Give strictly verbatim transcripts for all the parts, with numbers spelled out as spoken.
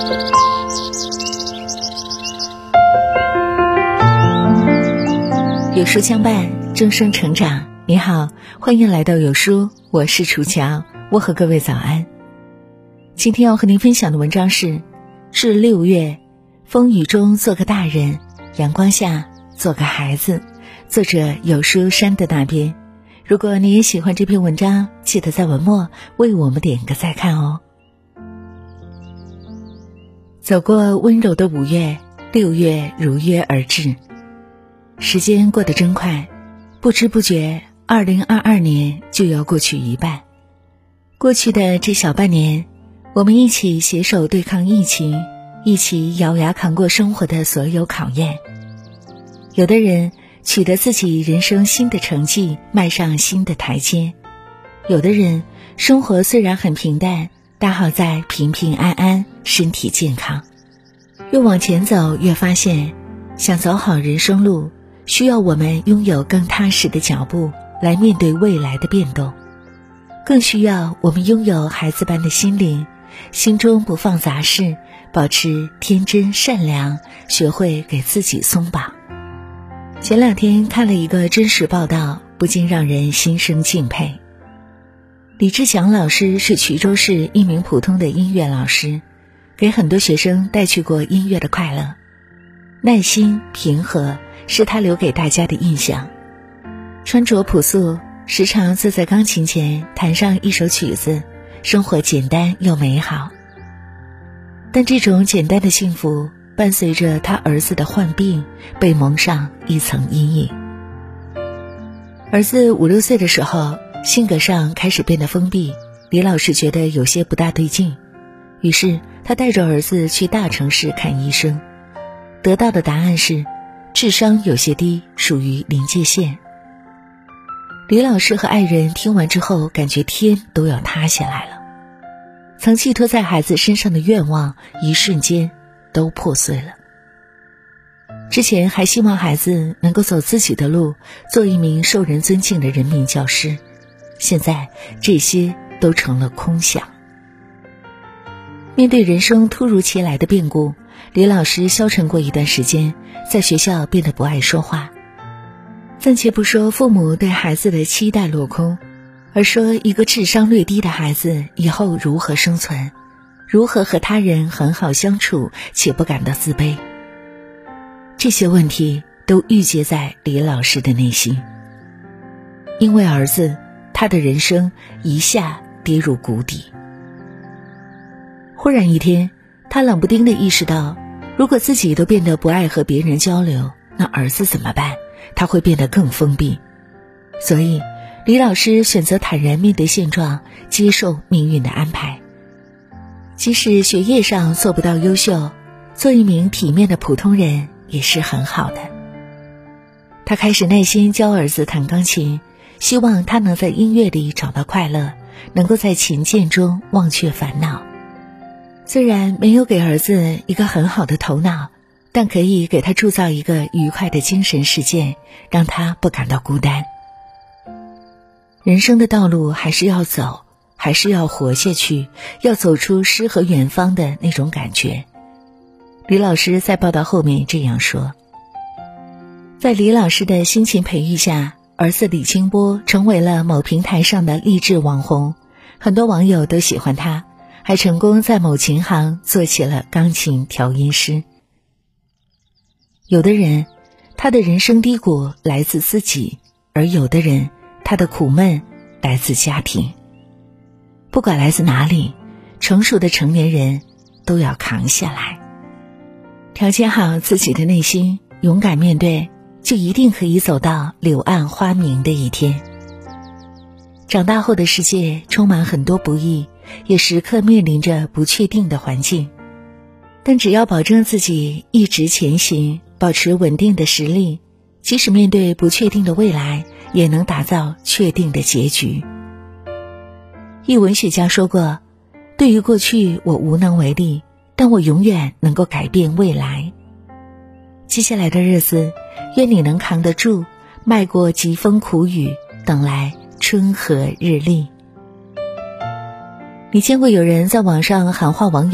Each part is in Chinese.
有书相伴，终生成长。你好，欢迎来到有书，我是楚乔，我和各位早安。今天要和您分享的文章是至六月，风雨中做个大人，阳光下做个孩子，作者有书山的那边。如果你也喜欢这篇文章，记得在文末为我们点个再看哦。走过温柔的五月，六月如约而至，时间过得真快，不知不觉二零二二年就要过去一半。过去的这小半年，我们一起携手对抗疫情，一起咬牙扛过生活的所有考验。有的人取得自己人生新的成绩，迈上新的台阶；有的人生活虽然很平淡，但好在平平安安，身体健康。越往前走，越发现想走好人生路，需要我们拥有更踏实的脚步来面对未来的变动，更需要我们拥有孩子般的心灵，心中不放杂事，保持天真善良，学会给自己松绑。前两天看了一个真实报道，不禁让人心生敬佩。李志祥老师是衢州市一名普通的音乐老师，给很多学生带去过音乐的快乐。耐心平和是他留给大家的印象。穿着朴素，时常坐在钢琴前弹上一首曲子，生活简单又美好。但这种简单的幸福伴随着他儿子的患病，被蒙上一层阴影。儿子五六岁的时候，性格上开始变得封闭，李老师觉得有些不大对劲，于是他带着儿子去大城市看医生，得到的答案是智商有些低，属于临界线。李老师和爱人听完之后，感觉天都要塌下来了，曾寄托在孩子身上的愿望一瞬间都破碎了。之前还希望孩子能够走自己的路，做一名受人尊敬的人民教师，现在这些都成了空想。面对人生突如其来的变故，李老师消沉过一段时间，在学校变得不爱说话。暂且不说父母对孩子的期待落空，而说一个智商略低的孩子以后如何生存，如何和他人很好相处且不感到自卑，这些问题都郁结在李老师的内心。因为儿子，他的人生一下跌入谷底。忽然一天，他冷不丁地意识到，如果自己都变得不爱和别人交流，那儿子怎么办？他会变得更封闭。所以李老师选择坦然面对现状，接受命运的安排。即使学业上做不到优秀，做一名体面的普通人也是很好的。他开始耐心教儿子弹钢琴，希望他能在音乐里找到快乐，能够在琴键中忘却烦恼。虽然没有给儿子一个很好的头脑，但可以给他铸造一个愉快的精神世界，让他不感到孤单。人生的道路还是要走，还是要活下去，要走出诗和远方的那种感觉。李老师在报道后面这样说。在李老师的辛勤培育下，儿子李清波成为了某平台上的励志网红，很多网友都喜欢他，还成功在某琴行做起了钢琴调音师。有的人，他的人生低谷来自自己，而有的人，他的苦闷来自家庭。不管来自哪里，成熟的成年人都要扛下来。调节好自己的内心，勇敢面对，就一定可以走到柳暗花明的一天。长大后的世界充满很多不易，也时刻面临着不确定的环境，但只要保证自己一直前行，保持稳定的实力，即使面对不确定的未来，也能打造确定的结局。一文学家说过，对于过去我无能为力，但我永远能够改变未来。接下来的日子，愿你能扛得住，迈过疾风苦雨，等来春和日丽。你见过有人在网上喊话网友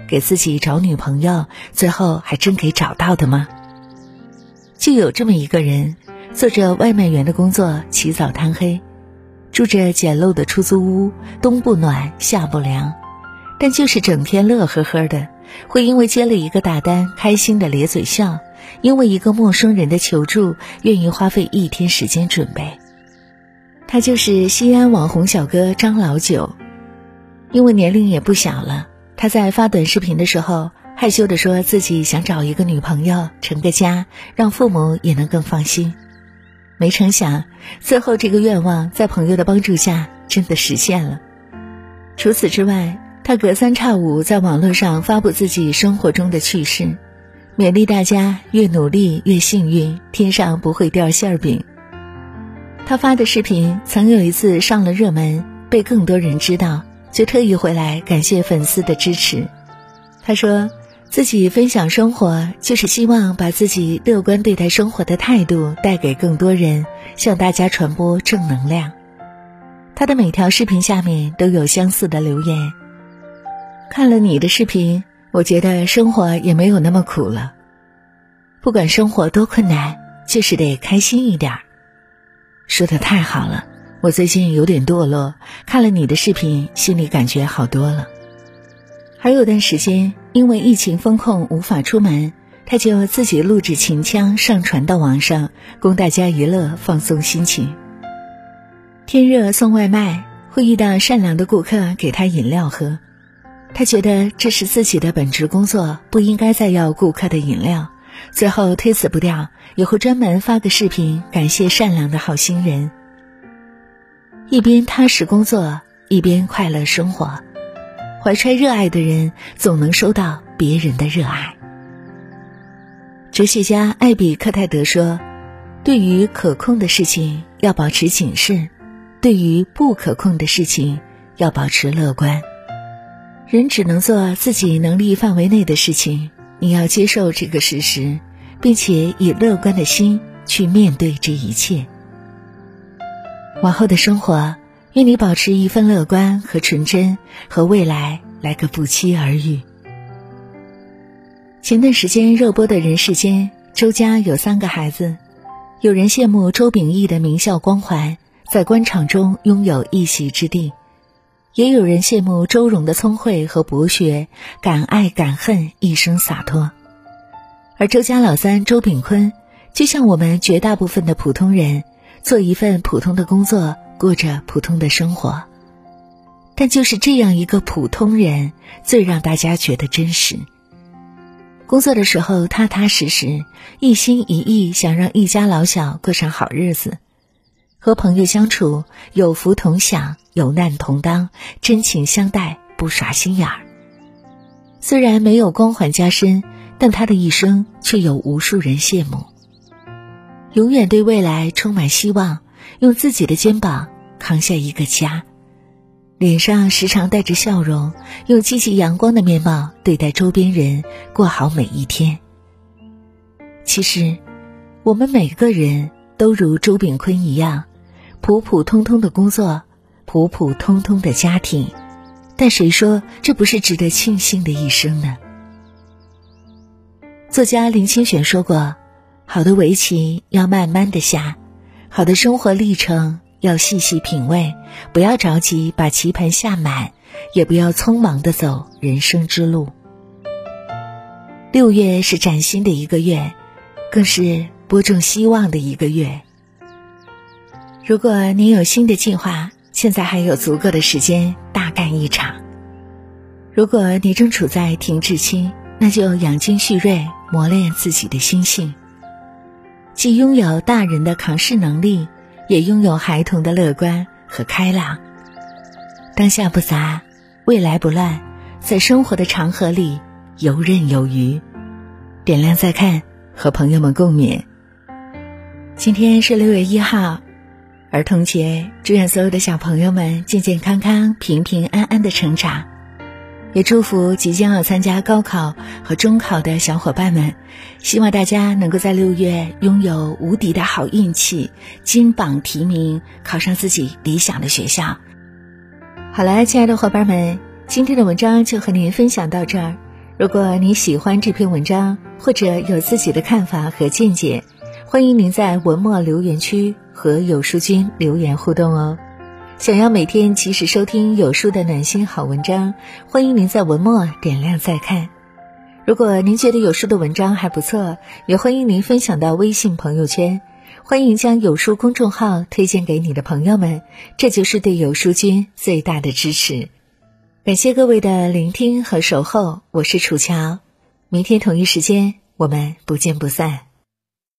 给自己找女朋友，最后还真给找到的吗？就有这么一个人，做着外卖员的工作，起早贪黑，住着简陋的出租屋，冬不暖夏不凉，但就是整天乐呵呵的，会因为接了一个大单开心的咧嘴笑，因为一个陌生人的求助愿意花费一天时间准备。他就是西安网红小哥张老九。因为年龄也不小了，他在发短视频的时候害羞地说自己想找一个女朋友，成个家，让父母也能更放心。没成想最后这个愿望在朋友的帮助下真的实现了。除此之外，他隔三差五在网络上发布自己生活中的趣事，勉励大家越努力越幸运，天上不会掉馅饼。他发的视频曾有一次上了热门，被更多人知道，就特意回来感谢粉丝的支持。他说自己分享生活，就是希望把自己乐观对待生活的态度带给更多人，向大家传播正能量。他的每条视频下面都有相似的留言，看了你的视频，我觉得生活也没有那么苦了。不管生活多困难，就是得开心一点。说得太好了，我最近有点堕落，看了你的视频，心里感觉好多了。还有段时间，因为疫情封控无法出门，他就自己录制秦腔上传到网上，供大家娱乐放松心情。天热送外卖，会遇到善良的顾客给他饮料喝，他觉得这是自己的本职工作，不应该再要顾客的饮料，最后推辞不掉，也会专门发个视频感谢善良的好心人。一边踏实工作，一边快乐生活，怀揣热爱的人总能收到别人的热爱。哲学家艾比克泰德说，对于可控的事情要保持谨慎，对于不可控的事情要保持乐观。人只能做自己能力范围内的事情，你要接受这个事实，并且以乐观的心去面对这一切。往后的生活，愿你保持一份乐观和纯真，和未来来个不期而遇。前段时间热播的人世间，周家有三个孩子，有人羡慕周秉义的名校光环，在官场中拥有一席之地，也有人羡慕周蓉的聪慧和博学，敢爱敢恨，一生洒脱。而周家老三周秉坤，就像我们绝大部分的普通人，做一份普通的工作，过着普通的生活。但就是这样一个普通人，最让大家觉得真实。工作的时候踏踏实实，一心一意想让一家老小过上好日子。和朋友相处，有福同享，有难同当，真情相待，不耍心眼儿。虽然没有光环加身，但他的一生却有无数人羡慕。永远对未来充满希望，用自己的肩膀扛下一个家，脸上时常带着笑容，用积极阳光的面貌对待周边人，过好每一天。其实我们每个人都如周秉坤一样，普普通通的工作，普普通通的家庭，但谁说这不是值得庆幸的一生呢？作家林清玄说过，好的围棋要慢慢的下，好的生活历程要细细品味，不要着急把棋盘下满，也不要匆忙地走人生之路。六月是崭新的一个月，更是播种希望的一个月。如果你有新的计划，现在还有足够的时间大干一场。如果你正处在停滞期，那就养精蓄锐，磨练自己的心性。既拥有大人的扛事能力，也拥有孩童的乐观和开朗。当下不杂，未来不乱，在生活的长河里游刃有余。点亮再看，和朋友们共勉。今天是六月一号，儿童节，祝愿所有的小朋友们健健康康、平平安安的成长。也祝福即将要参加高考和中考的小伙伴们，希望大家能够在六月拥有无敌的好运气，金榜题名，考上自己理想的学校。好了，亲爱的伙伴们，今天的文章就和您分享到这儿。 如果你喜欢这篇文章，或者有自己的看法和见解，欢迎您在文末留言区和有书君留言互动哦。想要每天及时收听有书的暖心好文章，欢迎您在文末点亮再看。如果您觉得有书的文章还不错，也欢迎您分享到微信朋友圈，欢迎将有书公众号推荐给你的朋友们，这就是对有书君最大的支持。感谢各位的聆听和守候，我是楚乔，明天同一时间我们不见不散。